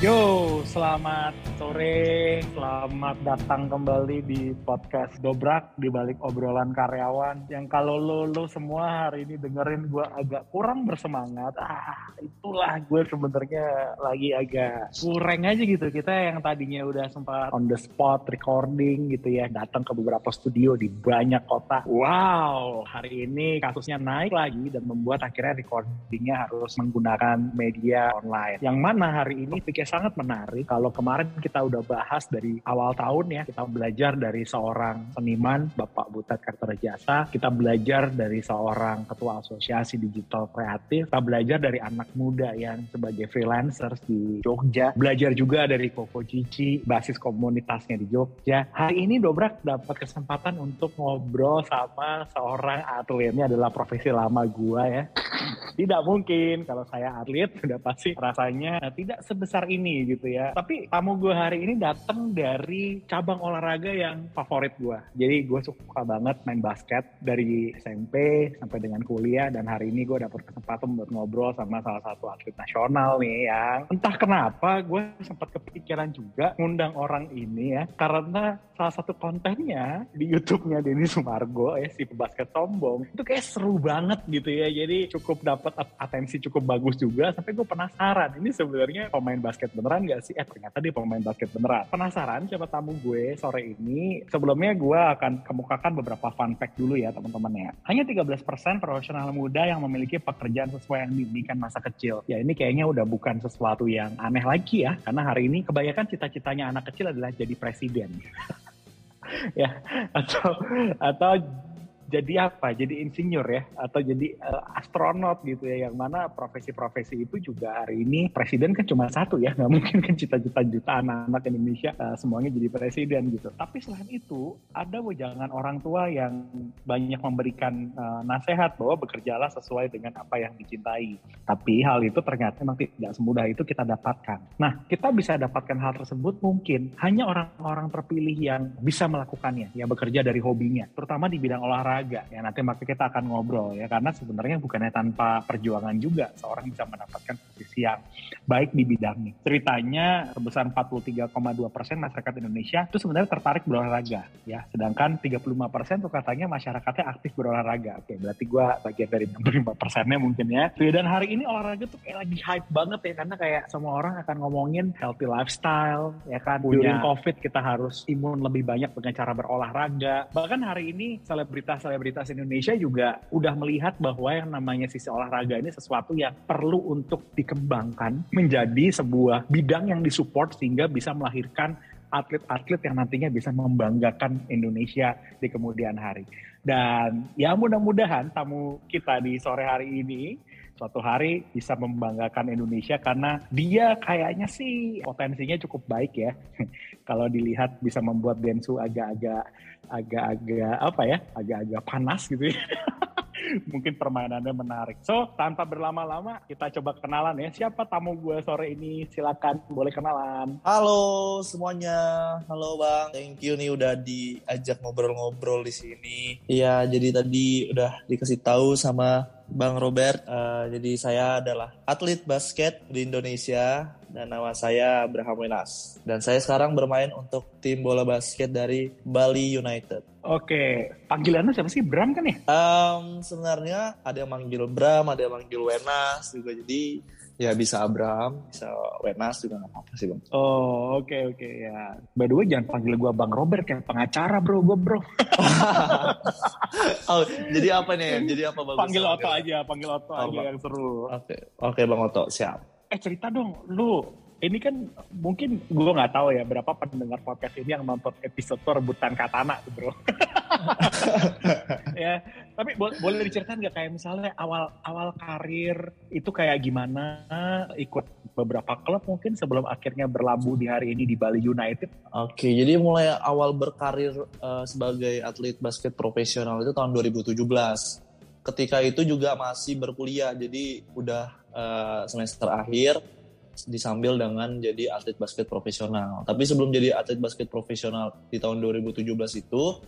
Yo, selamat sore, selamat datang kembali di podcast Dobrak di balik obrolan karyawan. Yang kalau lo semua hari ini dengerin gue agak kurang bersemangat, itulah gue sebenarnya lagi agak kurang aja gitu. Kita yang tadinya udah sempat on the spot recording gitu ya, datang ke beberapa studio di banyak kota. Wow, hari ini kasusnya naik lagi dan membuat akhirnya recordingnya harus menggunakan media online. Yang mana hari ini pikir sangat menarik. Kalau kemarin kita udah bahas dari awal tahun ya, kita belajar dari seorang seniman, Bapak Butet Kartarejasa, kita belajar dari seorang ketua asosiasi digital kreatif, kita belajar dari anak muda yang sebagai freelancers di Jogja, belajar juga dari Koko Cici, basis komunitasnya di Jogja. Hari ini Dobrak dapat kesempatan untuk ngobrol sama seorang atlet. Ini adalah profesi lama gua ya. Tidak mungkin kalau saya atlet sudah pasti rasanya tidak sebesar ini gitu ya. Tapi tamu gue hari ini datang dari cabang olahraga yang favorit gue. Jadi gue suka banget main basket dari SMP sampai dengan kuliah, dan hari ini gue dapet kesempatan buat ngobrol sama salah satu atlet nasional nih yang entah kenapa gue sempat kepikiran juga ngundang orang ini ya, karena salah satu kontennya di YouTube-nya Denny Sumargo ya, si pebasket sombong, itu kayak seru banget gitu ya. Jadi cukup dapat atensi cukup bagus juga, sampai gue penasaran ini sebenarnya pemain basket beneran gak sih? Ternyata dia pemain basket beneran. Penasaran siapa tamu gue sore ini? Sebelumnya gue akan kemukakan beberapa fun fact dulu ya teman-teman ya. Hanya 13% profesional muda yang memiliki pekerjaan sesuai yang diinginkan masa kecil. Ya ini kayaknya udah bukan sesuatu yang aneh lagi ya, karena hari ini kebanyakan cita-citanya anak kecil adalah jadi presiden. Ya, atau jadi apa? Jadi insinyur ya, atau jadi astronot gitu ya. Yang mana profesi-profesi itu juga hari ini presiden kan cuma satu ya, nggak mungkin kan cita-cita jutaan anak Indonesia semuanya jadi presiden gitu. Tapi selain itu ada wejangan orang tua yang banyak memberikan nasihat bahwa bekerjalah sesuai dengan apa yang dicintai. Tapi hal itu ternyata memang tidak semudah itu kita dapatkan. Nah, kita bisa dapatkan hal tersebut mungkin hanya orang-orang terpilih yang bisa melakukannya, yang bekerja dari hobinya, terutama di bidang olahraga. Ya nanti makanya kita akan ngobrol ya, karena sebenarnya bukannya tanpa perjuangan juga seorang bisa mendapatkan posisi yang baik di bidangnya. Ceritanya sebesar 43,2% masyarakat Indonesia itu sebenarnya tertarik berolahraga ya, sedangkan 35% tuh katanya masyarakatnya aktif berolahraga. Oke, berarti gue bagian dari 65%-nya mungkin ya. Dan hari ini olahraga tuh kayak lagi hype banget ya, karena kayak semua orang akan ngomongin healthy lifestyle ya kan. During COVID kita harus imun lebih banyak dengan cara berolahraga. Bahkan hari ini selebritas Indonesia juga udah melihat bahwa yang namanya sisi olahraga ini sesuatu yang perlu untuk dikembangkan menjadi sebuah bidang yang disupport sehingga bisa melahirkan atlet-atlet yang nantinya bisa membanggakan Indonesia di kemudian hari. Dan ya mudah-mudahan tamu kita di sore hari ini suatu hari bisa membanggakan Indonesia, karena dia kayaknya sih potensinya cukup baik ya. Kalau dilihat bisa membuat Densu agak-agak panas gitu ya. Mungkin permainannya menarik. So, tanpa berlama-lama kita coba kenalan ya. Siapa tamu gue sore ini? Silakan, boleh kenalan. Halo semuanya. Halo Bang. Thank you nih udah diajak ngobrol-ngobrol di sini. Iya, jadi tadi udah dikasih tahu sama Bang Robert. Jadi saya adalah atlet basket di Indonesia dan nama saya Abraham Wenas. Dan saya sekarang bermain untuk tim bola basket dari Bali United. Oke, panggilannya siapa sih? Bram kan ya? Sebenarnya ada yang manggil Bram, ada yang manggil Wenas juga. Jadi ya bisa Abraham, bisa Wenas juga nggak apa-apa sih Bang. Oh oke ya. By the way jangan panggil gue Bang Robert kayak pengacara bro. Oh jadi apa nih? Jadi apa bagus? Panggil Oto aja yang seru. Oke Bang Oto, siap. Cerita dong, lu ini kan mungkin gue nggak tahu ya berapa pendengar podcast ini yang nonton episode rebutan katana tuh bro. Ya, tapi boleh diceritain nggak kayak misalnya awal karir itu kayak gimana, ikut beberapa klub mungkin sebelum akhirnya berlabuh di hari ini di Bali United? Oke, jadi mulai awal berkarir sebagai atlet basket profesional itu tahun 2017. Ketika itu juga masih berkuliah, jadi udah semester akhir disambil dengan jadi atlet basket profesional. Tapi sebelum jadi atlet basket profesional di tahun 2017 itu,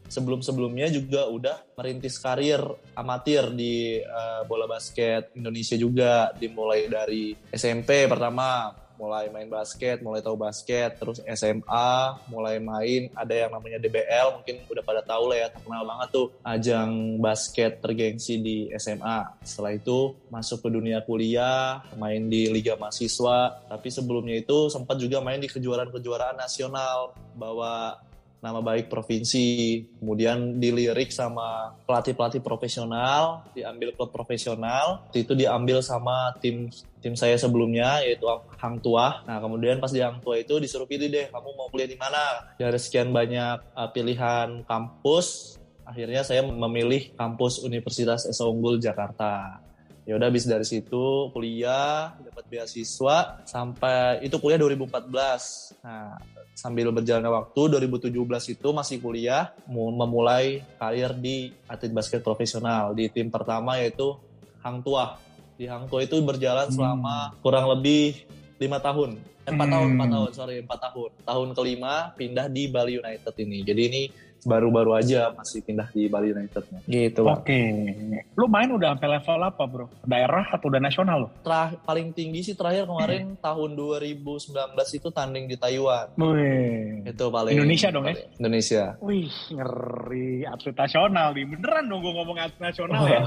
sebelum-sebelumnya juga udah merintis karir amatir di bola basket Indonesia juga, dimulai dari SMP pertama mulai main basket, mulai tahu basket, terus SMA mulai main, ada yang namanya DBL, mungkin udah pada tahu lah ya, terkenal banget tuh ajang basket tergengsi di SMA. Setelah itu masuk ke dunia kuliah, main di Liga Mahasiswa, tapi sebelumnya itu sempat juga main di kejuaraan-kejuaraan nasional, bawa nama baik provinsi, kemudian dilirik sama pelatih-pelatih profesional, diambil klub profesional, itu diambil sama tim saya sebelumnya yaitu Hang Tuah. Nah kemudian pas di Hang Tuah itu disuruh pilih deh, kamu mau kuliah di mana? Dari sekian banyak pilihan kampus, akhirnya saya memilih kampus Universitas Esa Unggul Jakarta. Ya udah habis dari situ kuliah, dapat beasiswa sampai itu kuliah 2014. Nah, sambil berjalannya waktu 2017 itu masih kuliah, memulai karir di atlet basket profesional di tim pertama yaitu Hang Tuah. Di Hang Tuah itu berjalan selama kurang lebih 5 tahun. 4 tahun. Tahun kelima pindah di Bali United ini. Jadi ini baru-baru aja masih pindah di Bali United-nya. Gitu, Bang. Oke. Lu main udah sampai level apa, Bro? Daerah atau udah nasional lo? Paling tinggi sih terakhir kemarin tahun 2019 itu tanding di Taiwan. Wih. Itu paling Indonesia dong ya? Indonesia. Wih, ngeri. Atlet nasional nih. Beneran dong gue ngomong atlet nasional ya?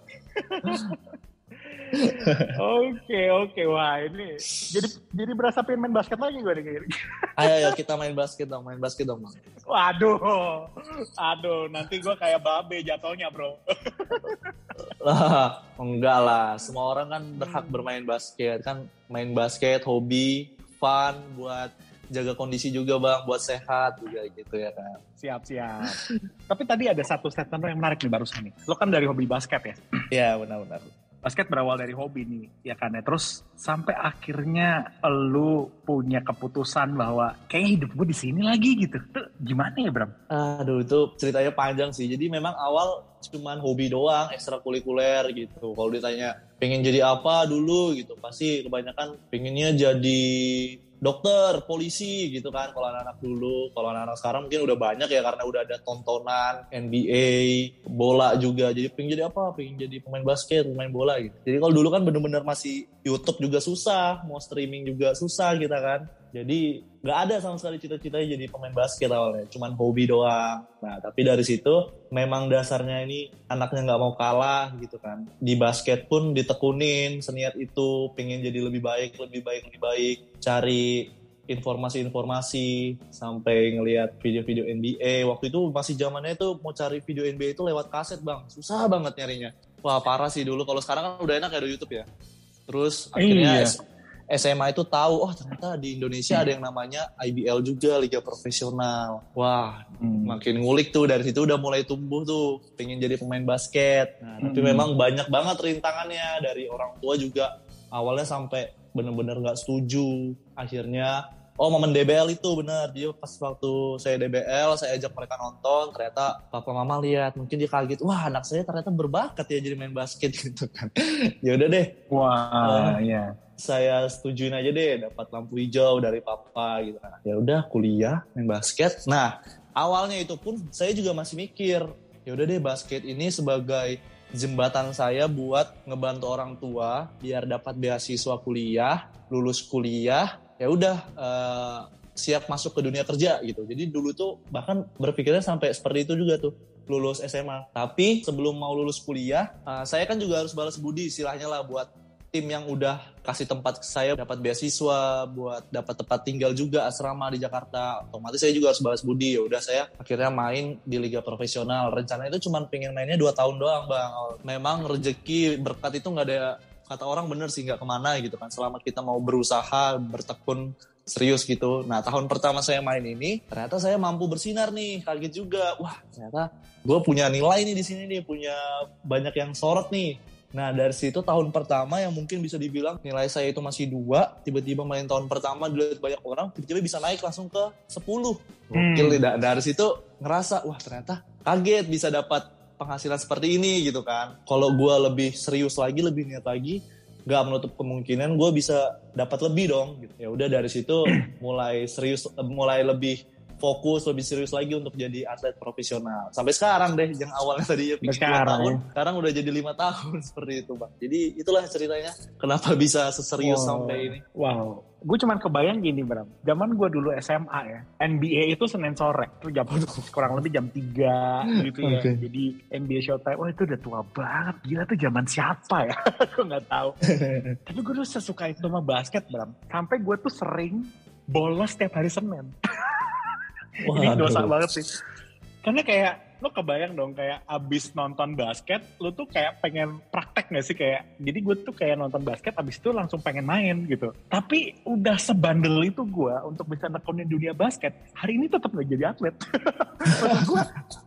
Oke. Wah, ini jadi berasa pengen main basket lagi gue nih kayaknya. Ayo kita main basket dong, Bang. Aduh, nanti gue kayak babe jatuhnya, Bro. Lah, enggak lah. Semua orang kan berhak bermain basket, kan main basket hobi, fun, buat jaga kondisi juga, Bang, buat sehat juga gitu ya kan. Siap. Tapi tadi ada satu statement yang menarik nih barusan nih. Lo kan dari hobi basket ya? Iya, benar. Basket berawal dari hobi nih, ya kan ya. Terus sampai akhirnya lu punya keputusan bahwa kayaknya hidup gue di sini lagi gitu. Tuh, gimana ya, Bram? Aduh, itu ceritanya panjang sih. Jadi memang awal cuman hobi doang, ekstrakurikuler gitu. Kalau ditanya pengen jadi apa dulu gitu, pasti kebanyakan pengennya jadi dokter, polisi gitu kan kalau anak-anak dulu. Kalau anak-anak sekarang mungkin udah banyak ya karena udah ada tontonan NBA, bola juga. Jadi pengen jadi apa? Pengen jadi pemain basket, pemain bola gitu. Jadi kalau dulu kan bener-bener masih YouTube juga susah, mau streaming juga susah kita kan. Jadi nggak ada sama sekali cita-citanya jadi pemain basket awalnya, cuman hobi doang. Nah tapi dari situ memang dasarnya ini anaknya nggak mau kalah gitu kan. Di basket pun ditekunin seniat itu, pengen jadi lebih baik, cari informasi-informasi sampai ngelihat video-video NBA. Waktu itu masih zamannya itu mau cari video NBA itu lewat kaset, Bang, susah banget nyarinya. Wah parah sih dulu. Kalau sekarang kan udah enak ya di YouTube ya. Terus akhirnya SMA itu tahu, ternyata di Indonesia ada yang namanya IBL juga, Liga Profesional. Wah, makin ngulik tuh, dari situ udah mulai tumbuh tuh, pengen jadi pemain basket. Nah, tapi memang banyak banget rintangannya, dari orang tua juga awalnya sampai bener-bener gak setuju. Akhirnya, momen DBL itu bener, dia pas waktu saya DBL, saya ajak mereka nonton, ternyata papa mama lihat, mungkin dia kaget, wah anak saya ternyata berbakat ya jadi main basket gitu kan. Ya udah deh. Wah, iya. Saya setujuin aja deh, dapat lampu hijau dari papa gitu. Nah, ya udah kuliah main basket. Nah, awalnya itu pun saya juga masih mikir, ya udah deh basket ini sebagai jembatan saya buat ngebantu orang tua biar dapat beasiswa kuliah, lulus kuliah, ya udah siap masuk ke dunia kerja gitu. Jadi dulu tuh bahkan berpikirnya sampai seperti itu juga tuh, lulus SMA. Tapi sebelum mau lulus kuliah, saya kan juga harus balas budi istilahnya lah buat tim yang udah kasih tempat saya dapat beasiswa, buat dapat tempat tinggal juga asrama di Jakarta. Otomatis saya juga harus balas budi. Ya udah saya akhirnya main di liga profesional. Rencananya itu cuma pengen mainnya 2 tahun doang, Bang. Memang rezeki berkat itu nggak ada, kata orang bener sih, nggak kemana gitu kan. Selama kita mau berusaha, bertekun serius gitu. Nah tahun pertama saya main ini, ternyata saya mampu bersinar nih. Kaget juga. Wah ternyata gue punya nilai nih di sini nih, punya banyak yang sorot nih. Nah dari situ tahun pertama yang mungkin bisa dibilang nilai saya itu masih 2, tiba-tiba main tahun pertama dilihat banyak orang, tiba-tiba bisa naik langsung ke 10. Gokil nih, dari situ ngerasa, wah ternyata kaget bisa dapat penghasilan seperti ini gitu kan. Kalau gue lebih serius lagi, lebih niat lagi, gak menutup kemungkinan gue bisa dapat lebih dong gitu. Ya udah dari situ mulai serius, mulai lebih fokus, lebih serius lagi untuk jadi atlet profesional. Sampai sekarang deh, yang awalnya tadi ya pikir 2 tahun, sekarang udah jadi 5 tahun seperti itu Bang. Jadi itulah ceritanya kenapa bisa seserius sampai ini. Wow. Gue cuman kebayang gini Bram, zaman gue dulu SMA ya, NBA itu Senin sore, itu jam kurang lebih jam 3 gitu ya. Jadi NBA Showtime, wah itu udah tua banget, gila tuh zaman siapa ya, gue gak tahu. Tapi gue tuh sesuka itu sama basket Bram, sampai gue tuh sering bolos setiap hari Senin. Ini dosa banget sih, karena kayak lo kebayang dong kayak abis nonton basket, lo tuh kayak pengen praktek gak sih kayak, jadi gue tuh kayak nonton basket abis itu langsung pengen main gitu. Tapi udah sebandel itu gue untuk bisa nekunin dunia basket, hari ini tetap gak jadi atlet. Maksud gue,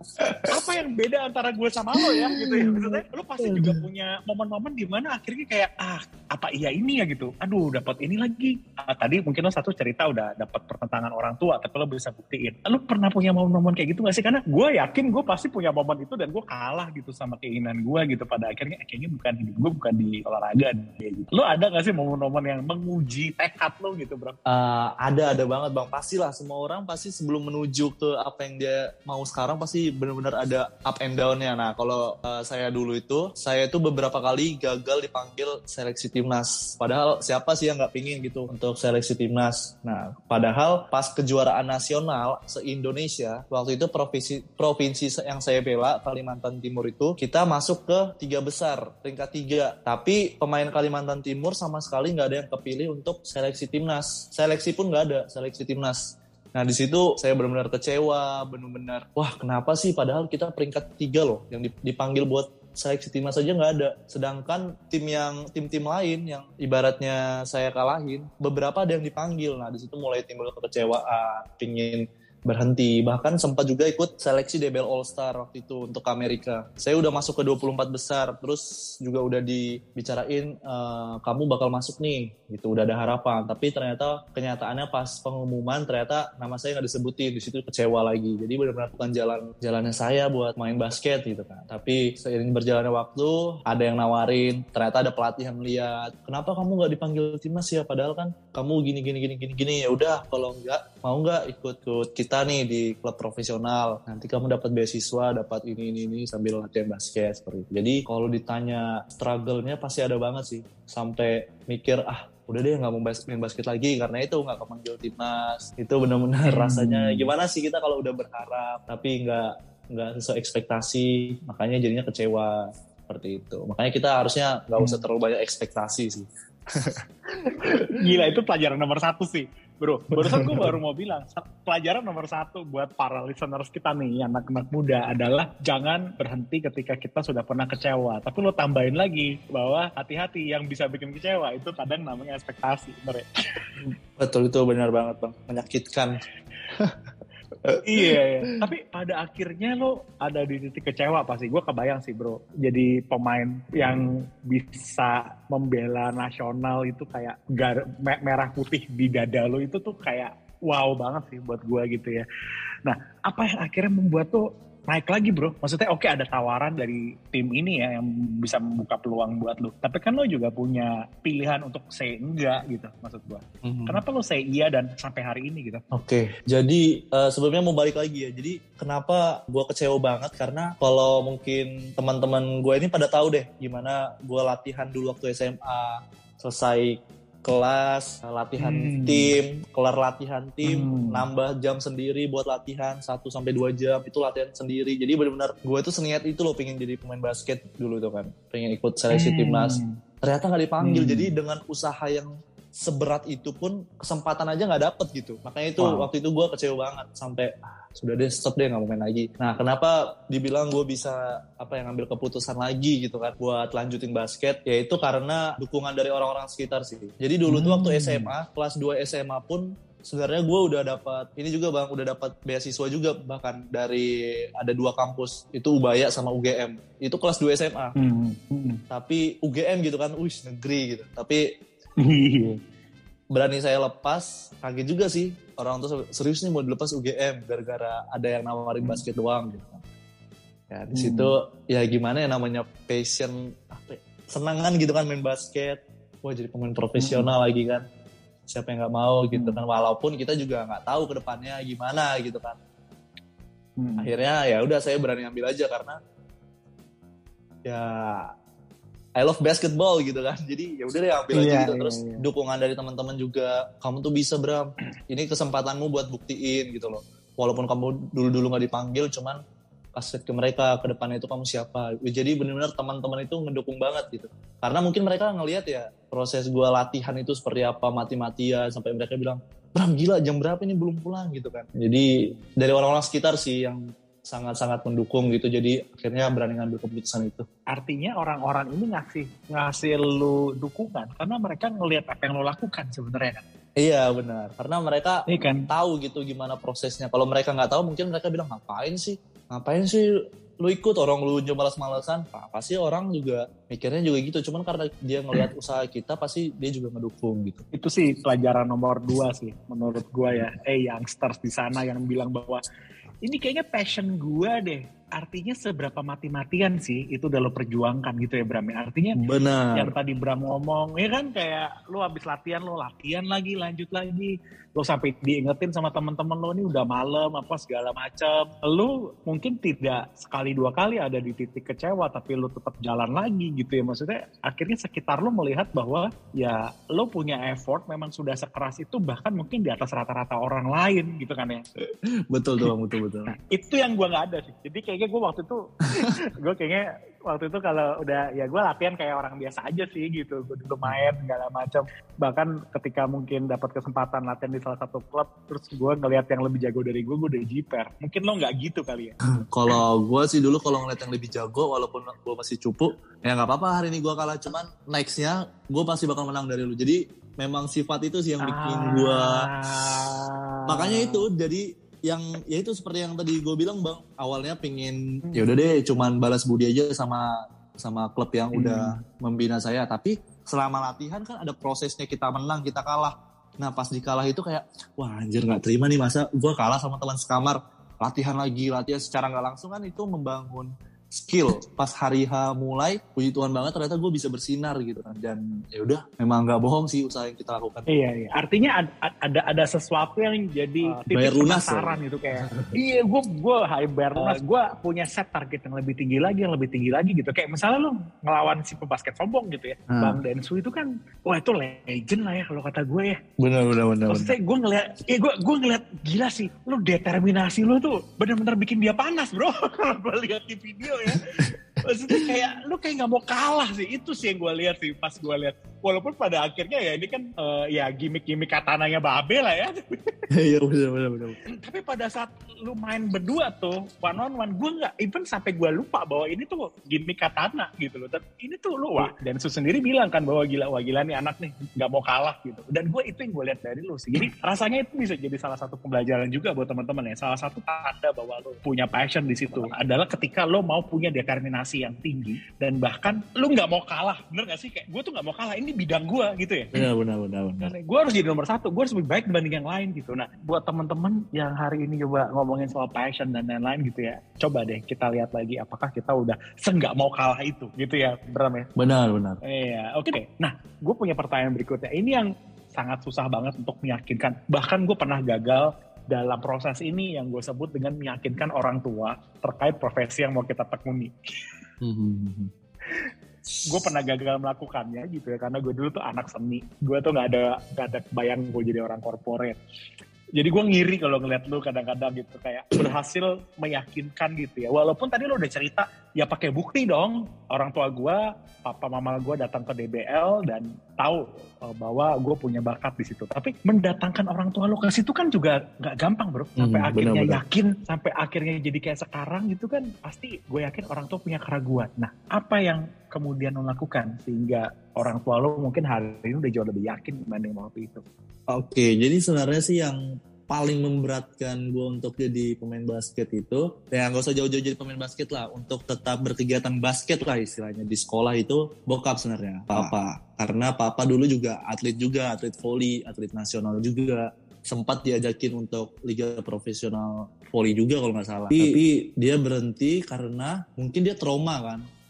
apa yang beda antara gue sama lo ya gitu ya. Maksudnya lo pasti juga punya momen-momen di mana akhirnya kayak, apa iya ini ya gitu. Aduh dapat ini lagi. Tadi mungkin lo satu cerita udah dapat pertentangan orang tua, tapi lo bisa buktiin. Lo pernah punya momen-momen kayak gitu gak sih? Karena gue yakin gue pasti punya momen itu dan gue kalah gitu sama keinginan gue gitu. Pada akhirnya kayaknya bukan hidup gue bukan di olahraga gitu. Lo ada gak sih momen-momen yang menguji tekad lo gitu bro? Ada banget Bang. Pastilah semua orang pasti sebelum menuju ke apa yang dia mau sekarang pasti benar-benar ada up and down-nya. Nah kalau saya itu beberapa kali gagal dipanggil seleksi timnas. Padahal siapa sih yang gak pingin gitu untuk seleksi timnas. Nah padahal pas kejuaraan nasional se-Indonesia waktu itu provinsi yang saya bela, Kalimantan Timur itu, kita masuk ke 3 besar, peringkat 3. Tapi pemain Kalimantan Timur sama sekali nggak ada yang kepilih untuk seleksi timnas. Seleksi pun nggak ada, seleksi timnas. Nah di situ saya benar-benar kecewa, benar-benar, wah kenapa sih padahal kita peringkat 3 loh, yang dipanggil buat seleksi timnas aja nggak ada. Sedangkan tim-tim lain yang ibaratnya saya kalahin, beberapa ada yang dipanggil. Nah di situ mulai timbul kekecewaan, pingin berhenti, bahkan sempat juga ikut seleksi DBL All Star waktu itu untuk Amerika. Saya udah masuk ke 24 besar, terus juga udah dibicarain kamu bakal masuk nih, gitu udah ada harapan. Tapi ternyata kenyataannya pas pengumuman ternyata nama saya nggak disebutin, di situ kecewa lagi. Jadi benar-benar bukan jalannya saya buat main basket gitu kan. Tapi seiring berjalannya waktu, ada yang nawarin, ternyata ada pelatih yang lihat, kenapa kamu nggak dipanggil timnas ya? Padahal kan kamu gini. Ya udah, kalau mau nggak ikut kita nih di klub profesional, nanti kamu dapat beasiswa, dapat ini sambil latihan basket seperti itu. Jadi kalau ditanya struggle-nya pasti ada banget sih, sampai mikir udah deh nggak mau main basket lagi karena itu nggak kepanggil timnas. Itu benar-benar rasanya gimana sih kita kalau udah berharap tapi nggak sesuai ekspektasi, makanya jadinya kecewa seperti itu. Makanya kita harusnya nggak usah terlalu banyak ekspektasi sih. Gila, itu pelajaran nomor 1 sih bro. Barusan gue baru mau bilang, pelajaran nomor 1 buat para listeners kita nih, anak-anak muda, adalah jangan berhenti ketika kita sudah pernah kecewa. Tapi lo tambahin lagi bahwa hati-hati, yang bisa bikin kecewa itu kadang namanya ekspektasi, bener ya? Betul, itu benar banget Bang, menyakitkan. Iya. Tapi pada akhirnya lo ada di titik kecewa pasti. Gue kebayang sih bro, jadi pemain yang bisa membela nasional itu kayak merah putih di dada lo itu tuh kayak wow banget sih buat gue gitu ya. Nah, apa yang akhirnya membuat lo naik lagi bro? Maksudnya oke, ada tawaran dari tim ini ya yang bisa membuka peluang buat lo. Tapi kan lo juga punya pilihan untuk say enggak gitu maksud gue. Kenapa lo say iya dan sampai hari ini gitu? Oke, jadi sebelumnya mau balik lagi ya. Jadi kenapa gue kecewa banget? Karena kalau mungkin teman-teman gue ini pada tahu deh gimana gue latihan dulu waktu SMA. Selesai kelas, latihan tim, kelar latihan tim, nambah jam sendiri buat latihan 1-2 jam, itu latihan sendiri. Jadi benar-benar gue tuh seniat itu loh pengen jadi pemain basket dulu tuh kan, pengen ikut seleksi timnas. Ternyata nggak dipanggil. Jadi dengan usaha yang seberat itu pun kesempatan aja nggak dapet gitu. Makanya itu waktu itu gue kecewa banget sampai sudah deh, stop deh, nggak mau main lagi. Nah kenapa dibilang gue bisa ngambil keputusan lagi gitu kan buat lanjutin basket, yaitu karena dukungan dari orang-orang sekitar sih. Jadi dulu tuh waktu SMA, kelas 2 SMA pun sebenarnya gue udah dapat ini juga Bang, udah dapat beasiswa juga bahkan dari ada 2 kampus, itu Ubaya sama UGM. Itu kelas 2 SMA. Tapi UGM gitu kan, negeri gitu. Tapi berani saya lepas, kaget juga sih. Orang tuh serius nih mau dilepas UGM gara-gara ada yang nawarin basket doang gitu. Ya di situ ya gimana ya, namanya passion, senangan gitu kan main basket. Wah jadi pemain profesional lagi kan. siapa yang nggak mau gitu kan, walaupun kita juga nggak tahu ke depannya gimana gitu kan. Akhirnya ya udah saya berani ambil aja karena ya I love basketball gitu kan. Jadi ya udah deh ambil aja gitu. Terus dukungan dari teman-teman juga, kamu tuh bisa Bram. Ini kesempatanmu buat buktiin gitu loh. Walaupun kamu dulu-dulu nggak dipanggil, cuman kasih ke mereka ke depannya itu kamu siapa. Jadi benar-benar teman-teman itu ngedukung banget gitu. Karena mungkin mereka ngelihat ya proses gue latihan itu seperti apa, mati-matian sampai mereka bilang, Bram gila jam berapa ini belum pulang gitu kan. Jadi dari orang-orang sekitar sih yang sangat-sangat mendukung gitu, jadi akhirnya berani ngambil keputusan itu. Artinya orang-orang ini ngasih lu dukungan karena mereka ngelihat apa yang lo lakukan sebenarnya kan? Iya benar, karena mereka kan tahu gitu gimana prosesnya. Kalau mereka nggak tahu mungkin mereka bilang ngapain sih lu ikut, orang lu aja malas-malasan. Pasti orang juga mikirnya juga gitu, cuman karena dia ngelihat usaha kita pasti dia juga ngedukung gitu. Itu sih pelajaran nomor 2 sih menurut gua ya. Youngsters di sana yang bilang bahwa ini kayaknya passion gue deh. Artinya seberapa mati-matian sih itu udah lo perjuangkan gitu ya Bram. Artinya benar. Yang tadi Bram ngomong, ya kan kayak lo habis latihan, lo latihan lagi, lanjut lagi. Lo sampai diingetin sama teman-teman lo, ini udah malam, apa segala macam. Lo mungkin tidak sekali 2 kali ada di titik kecewa, tapi lo tetap jalan lagi gitu ya. Maksudnya akhirnya sekitar lo melihat bahwa ya lo punya effort memang sudah sekeras itu, bahkan mungkin di atas rata-rata orang lain gitu kan ya. Betul tuh, betul. Nah, itu yang gue gak ada sih. Jadi kayaknya gue waktu itu kalau udah ya gue latihan kayak orang biasa aja sih gitu. Gue dulu main segala macam. Bahkan ketika mungkin dapat kesempatan latihan di salah satu klub, terus gue ngelihat yang lebih jago dari gue udah jiper. Mungkin lo nggak gitu kali ya? Kalau gue sih dulu kalau ngeliat yang lebih jago, walaupun gue masih cupu, ya nggak apa-apa hari ini gue kalah. Cuman nextnya gue pasti bakal menang dari lu. Jadi memang sifat itu sih yang bikin gue. Makanya itu jadi yang ya itu seperti yang tadi gue bilang Bang, awalnya pingin ya udah deh cuman balas budi aja sama klub yang udah membina saya, tapi selama latihan kan ada prosesnya, kita menang kita kalah. Nah pas dikalah itu kayak wah anjir nggak terima nih, masa gue kalah sama teman sekamar. Latihan secara nggak langsung kan itu membangun skill. Pas hari H mulai, puji Tuhan banget ternyata gue bisa bersinar gitu kan. Dan ya udah, memang nggak bohong sih usaha yang kita lakukan. Iya. Artinya ada sesuatu yang jadi titik penasaran gitu kayak. Iya, gue bayar lunas. Gue punya set target yang lebih tinggi lagi gitu. Kayak misalnya lu ngelawan si pebasket sombong gitu ya. Bang Densu itu kan, wah itu legend lah ya kalau kata gue ya. Benar. Maksudnya gue ngeliat gila sih. Lu determinasi lu tuh benar-benar bikin dia panas bro. Kalau gue lihat di video ya. Maksudnya kayak lu kayak nggak mau kalah sih. Itu sih yang gue lihat sih pas gue lihat. Walaupun pada akhirnya ya ini kan ya gimmick katananya Babe lah ya. Iya benar. Tapi pada saat lu main berdua tuh one on one, gue nggak even sampai gue lupa bahwa ini tuh gimmick katana gitu loh. Tapi ini tuh lu wah, dan Su sendiri bilang kan bahwa gila nih anak nih nggak mau kalah gitu. Dan gue itu yang gue lihat dari lu sih. Jadi rasanya itu bisa jadi salah satu pembelajaran juga buat teman-teman ya. Salah satu tanda bahwa lu punya passion di situ adalah ketika lu mau punya determinasi yang tinggi dan bahkan lu nggak mau kalah. Bener nggak sih? Kayak gue tuh nggak mau kalah. Ini bidang gue gitu ya. Benar. Gue harus jadi nomor 1. Gue harus lebih baik dibanding yang lain gitu. Nah, buat teman-teman yang hari ini coba ngomongin soal passion dan lain-lain gitu ya, coba deh kita lihat lagi apakah kita udah nggak mau kalah itu gitu ya, Bram ya. Benar. Iya, oke. Nah, gue punya pertanyaan berikutnya. Ini yang sangat susah banget untuk meyakinkan. Bahkan gue pernah gagal dalam proses ini yang gue sebut dengan meyakinkan orang tua terkait profesi yang mau kita tekuni. Gue pernah gagal melakukannya gitu ya, karena gue dulu tuh anak seni. Gue tuh nggak ada bayang gue jadi orang korporat. Jadi gue ngiri kalau ngeliat lu kadang-kadang gitu kayak berhasil meyakinkan gitu ya. Walaupun tadi lu udah cerita, ya pakai bukti dong. Orang tua gue, papa mama gue datang ke DBL dan tahu bahwa gue punya bakat di situ. Tapi mendatangkan orang tua lu ke situ kan juga nggak gampang bro. Sampai akhirnya yakin, sampai akhirnya jadi kayak sekarang gitu kan. Pasti gue yakin orang tua punya keraguan. Nah apa yang kemudian lo lakukan sehingga orang tua lo mungkin hari ini udah jauh lebih yakin dibanding waktu itu? Oke, jadi sebenarnya sih yang paling memberatkan gue untuk jadi pemain basket itu, ya nggak usah jauh-jauh jadi pemain basket lah, untuk tetap berkegiatan basket lah istilahnya di sekolah itu bokap sebenarnya, papa. Karena papa dulu juga, atlet volley, atlet nasional juga. Sempat diajakin untuk liga profesional volley juga kalau nggak salah. Tapi dia berhenti karena mungkin dia trauma kan.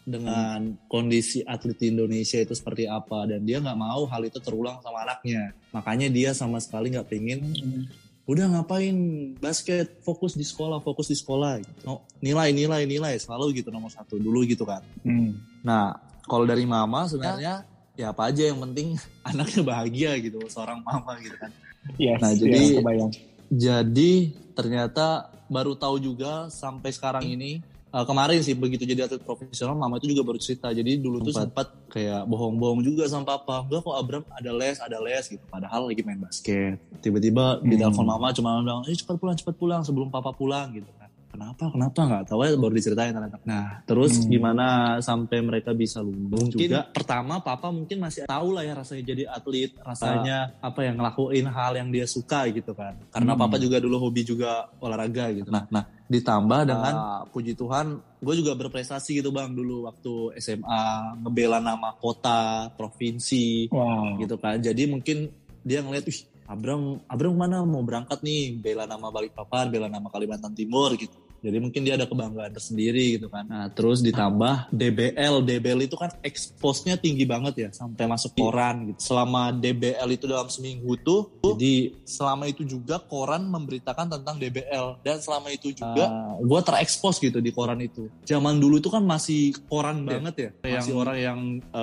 dengan kondisi atlet di Indonesia itu seperti apa, dan dia nggak mau hal itu terulang sama anaknya. Makanya dia sama sekali nggak pengen udah ngapain basket, fokus di sekolah gitu. Nilai selalu gitu nomor 1 dulu gitu kan. Nah kalau dari mama sebenarnya ya apa aja yang penting anaknya bahagia gitu, seorang mama gitu kan. Yes, nah kebayang. Jadi ternyata baru tahu juga sampai sekarang ini, kemarin sih begitu jadi atlet profesional, mama itu juga baru cerita. Jadi dulu tuh sempat kayak bohong-bohong juga sama papa, enggak kok Abram ada les gitu, padahal lagi main basket. Tiba-tiba di telepon mama cuma bilang, cepat pulang sebelum papa pulang gitu kan. Kenapa nggak tahu ya, baru diceritain ternyata. Nah terus gimana sampai mereka bisa lulus juga. Pertama papa mungkin masih tahu lah ya rasanya jadi atlet, rasanya apa yang ngelakuin hal yang dia suka gitu kan, karena papa juga dulu hobi juga olahraga gitu. Nah ditambah dengan puji Tuhan gue juga berprestasi gitu bang dulu waktu SMA, ngebela nama kota, provinsi gitu kan. Jadi mungkin dia ngeliat, Abram mana mau berangkat nih, bela nama Balikpapan, bela nama Kalimantan Timur gitu. Jadi mungkin dia ada kebanggaan tersendiri gitu kan. Nah terus ditambah DBL itu kan expose-nya tinggi banget ya, sampai masuk koran gitu. Selama DBL itu dalam seminggu tuh, jadi selama itu juga koran memberitakan tentang DBL. Dan selama itu juga gue terekspos gitu di koran itu. Zaman dulu tuh kan masih koran banget ya. Masih orang yang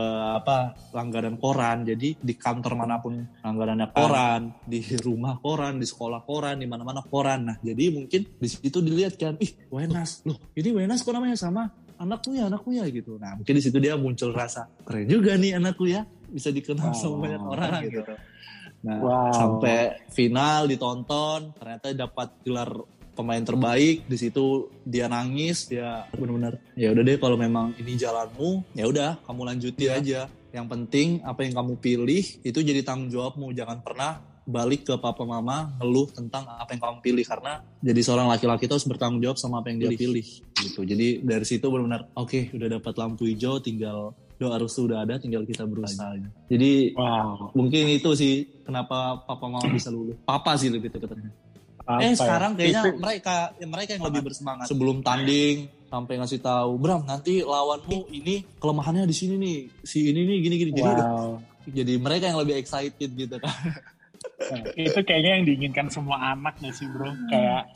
langganan koran. Jadi di kantor manapun langganannya koran, di rumah koran, di sekolah koran, di mana-mana koran. Nah jadi mungkin di situ dilihat kan, Wenas, loh ini Wenas kok namanya sama anakku ya gitu. Nah mungkin di situ dia muncul rasa keren juga nih anakku ya, bisa dikenal sama banyak orang gitu. Nah sampai final ditonton, ternyata dapat gelar pemain terbaik. Di situ dia nangis, dia benar-benar ya udah deh kalau memang ini jalanmu, ya udah kamu lanjutin aja. Yang penting apa yang kamu pilih itu jadi tanggung jawabmu, jangan pernah balik ke papa mama ngeluh tentang apa yang kamu pilih, karena jadi seorang laki-laki itu harus bertanggung jawab sama apa yang dia pilih gitu. Jadi dari situ benar-benar oke, udah dapat lampu hijau, tinggal doa restu udah ada, tinggal kita berusaha. Jadi mungkin itu sih kenapa papa mama bisa lulus. Papa sih lebih tepatnya. Sekarang kayaknya mereka yang lebih bersemangat sebelum tanding, sampai ngasih tahu, Bram nanti lawanmu ini kelemahannya di sini nih, si ini nih gini. Jadi mereka yang lebih excited gitu kan. Nah, itu kayaknya yang diinginkan semua anak gak sih bro? Kayak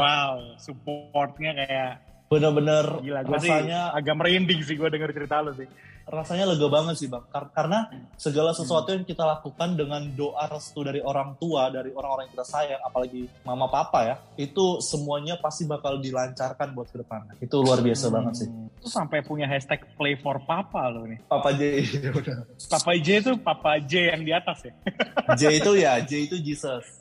supportnya kayak bener-bener gila. Gue rasanya sih agak merinding sih gue denger cerita lo sih. Rasanya lega banget sih bang, karena segala sesuatu yang kita lakukan dengan doa restu dari orang tua, dari orang-orang yang kita sayang, apalagi mama papa ya, itu semuanya pasti bakal dilancarkan buat ke depan. Itu luar biasa banget sih. Itu sampai punya hashtag play for papa lo nih. Papa J. Papa J itu Papa J yang di atas ya. J itu Jesus.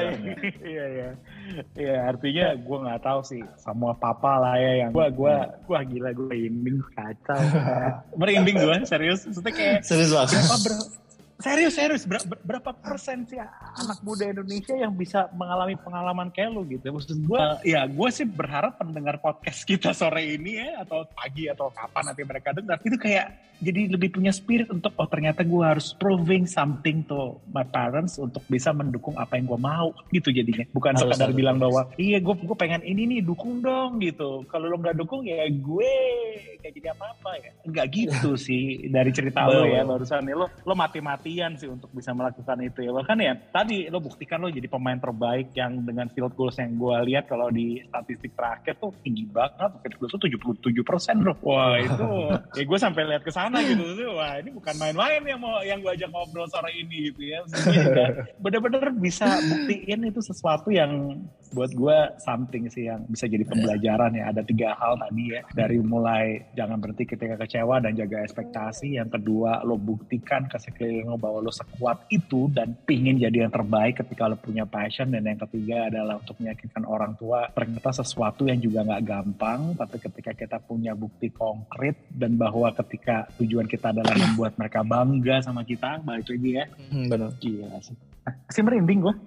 Iya, artinya gue nggak tahu sih, semua papa lah ya yang gue gila, gue merinding kacau. Merinding gue serius, maksudnya kayak serius banget. Serius berapa persen sih anak muda Indonesia yang bisa mengalami pengalaman kayak lu gitu? Maksud gue, ya gue sih berharap pendengar podcast kita sore ini ya, atau pagi atau kapan nanti mereka dengar, itu kayak jadi lebih punya spirit untuk ternyata gue harus proving something to my parents untuk bisa mendukung apa yang gue mau gitu jadinya. Bukan sekadar bilang bahwa iya gue pengen ini nih, dukung dong gitu. Kalau lo nggak dukung ya gue kayak jadi apa-apa ya. Nggak gitu sih dari cerita lo ya barusan nih, lo mati-matian sih untuk bisa melakukan itu ya. Bahkan ya tadi lo buktikan lo jadi pemain terbaik yang dengan field goals yang gue lihat kalau di statistik terakhir tuh tinggi banget. Field goals tuh 77% bro. Wah itu ya gue sampai lihat ke sana gitu. Wah ini bukan main-main yang gue ajak ngobrol sore ini gitu ya. Bener-bener bisa buktiin itu sesuatu yang buat gue something sih yang bisa jadi pembelajaran ya. Ada 3 hal tadi ya, dari mulai jangan berhenti ketika kecewa dan jaga ekspektasi. Yang kedua, lo buktikan ke sekeliling lo bahwa lo sekuat itu dan pingin jadi yang terbaik ketika lo punya passion. Dan yang ketiga adalah untuk meyakinkan orang tua ternyata sesuatu yang juga gak gampang, tapi ketika kita punya bukti konkret dan bahwa ketika tujuan kita adalah membuat mereka bangga sama kita, balik lagi ya. Benar. Gila sih. Masih merinding gue.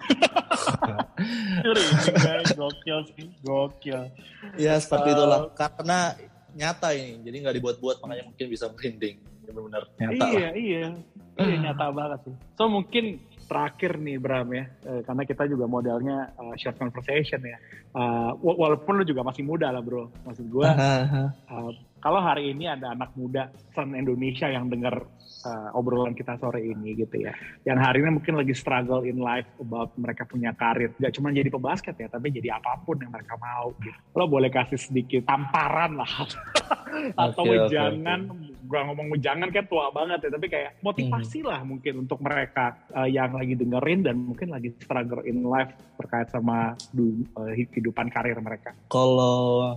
Gokil. Ya seperti itulah, karena nyata ini, jadi nggak dibuat-buat, makanya mungkin bisa merinding. Benar-benar nyata. Iya, nyata banget sih. So mungkin terakhir nih Bram ya, karena kita juga modelnya short conversation ya. Walaupun lu juga masih muda lah bro, maksud gue. kalau hari ini ada anak muda se-Indonesia yang dengar obrolan kita sore ini gitu ya, yang hari ini mungkin lagi struggle in life about mereka punya karir, gak cuma jadi pebasket ya, tapi jadi apapun yang mereka mau gitu. Lo boleh kasih sedikit tamparan lah atau jangan, gue ngomong jangan kayak tua banget ya, tapi kayak motivasi lah mungkin untuk mereka yang lagi dengerin dan mungkin lagi struggle in life terkait sama kehidupan karir mereka. Kalau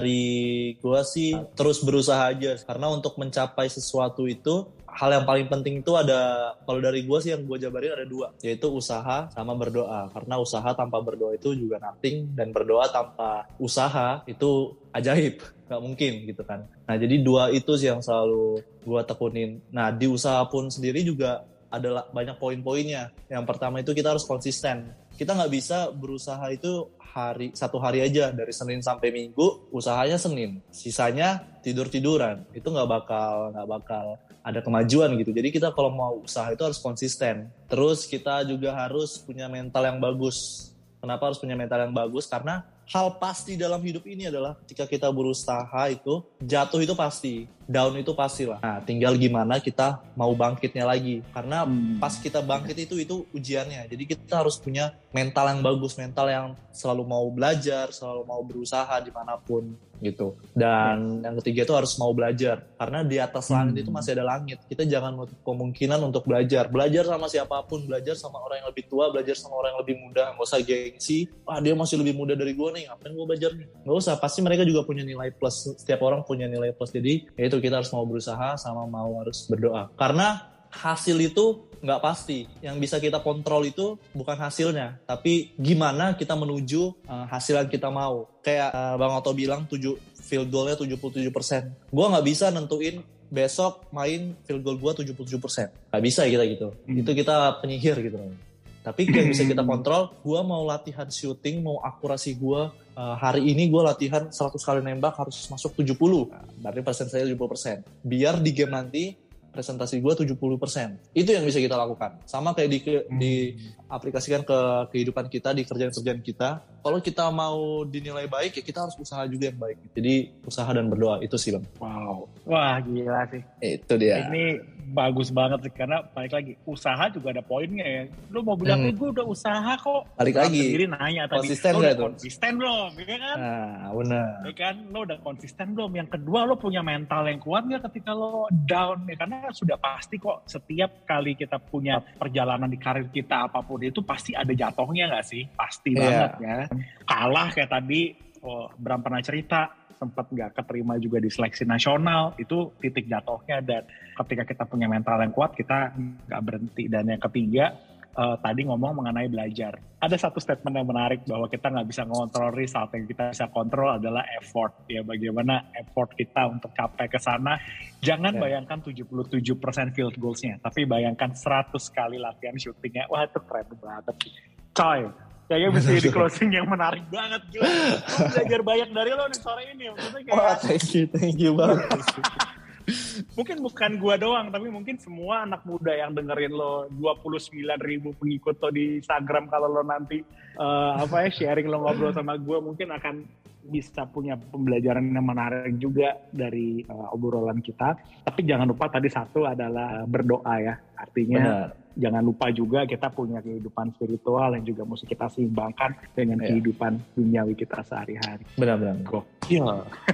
dari gue sih terus berusaha aja, karena untuk mencapai sesuatu itu hal yang paling penting itu ada, kalau dari gue sih yang gue jabarin ada 2, yaitu usaha sama berdoa. Karena usaha tanpa berdoa itu juga nothing, dan berdoa tanpa usaha itu ajaib, gak mungkin gitu kan. Nah jadi 2 itu sih yang selalu gue tekunin. Nah di usaha pun sendiri juga ada banyak poin-poinnya. Yang pertama itu kita harus konsisten. Kita nggak bisa berusaha itu satu hari aja, dari Senin sampai Minggu usahanya Senin, sisanya tidur-tiduran, itu nggak bakal ada kemajuan gitu. Jadi kita kalau mau usaha itu harus konsisten. Terus kita juga harus punya mental yang bagus. Kenapa harus punya mental yang bagus? Karena hal pasti dalam hidup ini adalah ketika kita berusaha itu jatuh itu pasti, down itu pastilah. Nah, tinggal gimana kita mau bangkitnya lagi. Karena pas kita bangkit itu ujiannya. Jadi kita harus punya mental yang bagus, mental yang selalu mau belajar, selalu mau berusaha dimanapun gitu. Dan yang ketiga itu harus mau belajar. Karena di atas langit itu masih ada langit. Kita jangan menutup kemungkinan untuk belajar. Belajar sama siapapun, belajar sama orang yang lebih tua, belajar sama orang yang lebih muda. Nggak usah gengsi, dia masih lebih muda dari gue nih, ngapain gue belajar nih? Nggak usah, pasti mereka juga punya nilai plus. Setiap orang punya nilai plus. Jadi itu kita harus mau berusaha sama mau harus berdoa. Karena hasil itu nggak pasti. Yang bisa kita kontrol itu bukan hasilnya, tapi gimana kita menuju hasil yang kita mau. Kayak Bang Otto bilang, field goal-nya 77%. Gue nggak bisa nentuin besok main field goal gue 77%. Nggak bisa kita gitu. Itu kita penyihir gitu. Tapi yang bisa kita kontrol, gue mau latihan shooting, mau akurasi gue, hari ini gue latihan 100 kali nembak harus masuk 70. Berarti persen saya 70%. Biar di game nanti presentasi gue 70%. Itu yang bisa kita lakukan. Sama kayak diaplikasikan ke kehidupan kita, di kerjaan-kerjaan kita. Kalau kita mau dinilai baik, ya kita harus usaha juga yang baik. Jadi usaha dan berdoa, itu sih Bang. Wow. Wah gila sih. Itu dia. Ini bagus banget sih, karena balik lagi, usaha juga ada poinnya ya. Lu mau bilang, gue udah usaha kok. Balik lagi. Sendiri nanya tadi, konsisten lo udah konsisten belum? Ya kan? Nah, benar. Ya kan? Lo udah konsisten belum? Yang kedua, lo punya mental yang kuat nggak ketika lo down? Ya, karena sudah pasti kok setiap kali kita punya perjalanan di karir kita apapun itu pasti ada jatuhnya nggak sih? Pasti banget ya. Kalah kayak tadi, Bram pernah cerita, sempat nggak keterima juga di seleksi nasional, itu titik jatuhnya. Dan ketika kita punya mental yang kuat, kita nggak berhenti. Dan yang ketiga, tadi ngomong mengenai belajar. Ada satu statement yang menarik bahwa kita nggak bisa ngontrol result, yang kita bisa kontrol adalah effort. Ya, bagaimana effort kita untuk capai ke sana. Jangan bayangkan 77% field goals-nya, tapi bayangkan 100 kali latihan shooting-nya. Wah, itu keren banget. Coy, kayaknya bisa jadi closing yang menarik banget. Gila. Gue belajar banyak dari lo nih sore ini. Kayak, wah, thank you banget. Mungkin bukan gue doang, tapi mungkin semua anak muda yang dengerin lo, 29.000 pengikut lo di Instagram, kalau lo nanti sharing lo ngobrol sama gue, mungkin akan bisa punya pembelajaran yang menarik juga dari obrolan kita. Tapi jangan lupa tadi satu adalah berdoa ya. Artinya jangan lupa juga kita punya kehidupan spiritual yang juga mesti kita seimbangkan dengan kehidupan duniawi kita sehari-hari. Benar-benar. Gokil.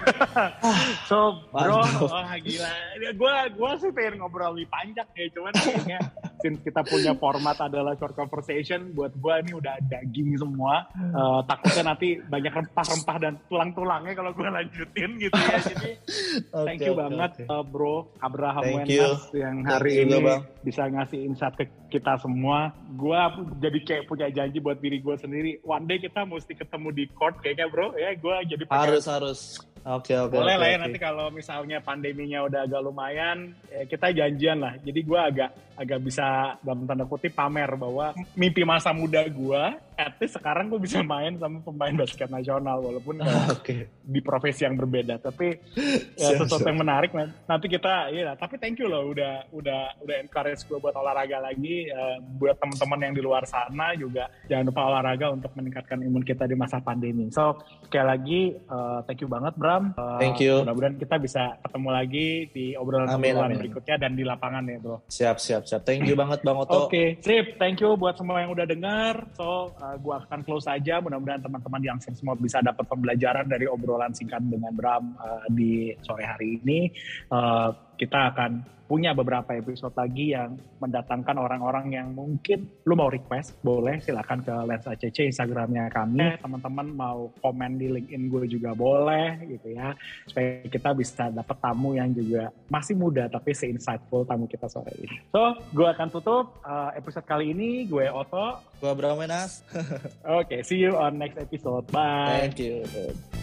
So bro, wah gila. Gue sih pengen ngobrol lebih panjang ya, cuman kayaknya since kita punya format adalah short conversation, buat gue ini udah daging semua. Takutnya nanti banyak rempah-rempah dan tulang-tulangnya kalau gue lanjutin gitu ya. Jadi thank you banget bro Abraham Wenas yang hari ini bisa ngasih insight ke kita semua. Gue jadi kayak punya janji buat diri gue sendiri, one day kita mesti ketemu di court kayaknya bro ya. Gue jadi harus Oke. Boleh lah ya, nanti kalau misalnya pandeminya udah agak lumayan, ya kita janjian lah. Jadi gue agak bisa dalam tanda kutip pamer bahwa mimpi masa muda gue at least sekarang gue bisa main sama pemain basket nasional walaupun di profesi yang berbeda. Tapi ya sesuatu yang menarik. Nanti kita, tapi thank you loh udah encourage gue buat olahraga lagi. Buat teman-teman yang di luar sana juga jangan lupa olahraga untuk meningkatkan imun kita di masa pandemi. So sekali lagi thank you banget Bram. Thank you. Mudah-mudahan kita bisa ketemu lagi di obrolan berikutnya dan di lapangan ya bro. Siap. Thank you banget Bang Oto. Oke, sip. Thank you buat semua yang udah dengar. So, gue akan close aja. Mudah-mudahan teman-teman yang semua bisa dapat pembelajaran dari obrolan singkat dengan Bram di sore hari ini. Kita akan punya beberapa episode lagi yang mendatangkan orang-orang yang mungkin lu mau request, boleh silakan ke Lens ACC Instagramnya kami. Teman-teman mau komen di LinkedIn gue juga boleh gitu ya. Supaya kita bisa dapat tamu yang juga masih muda tapi se-insightful tamu kita sore ini. So, gue akan tutup episode kali ini. Gue Oto. Gue Bram Wenas. Oke, see you on next episode. Bye. Thank you.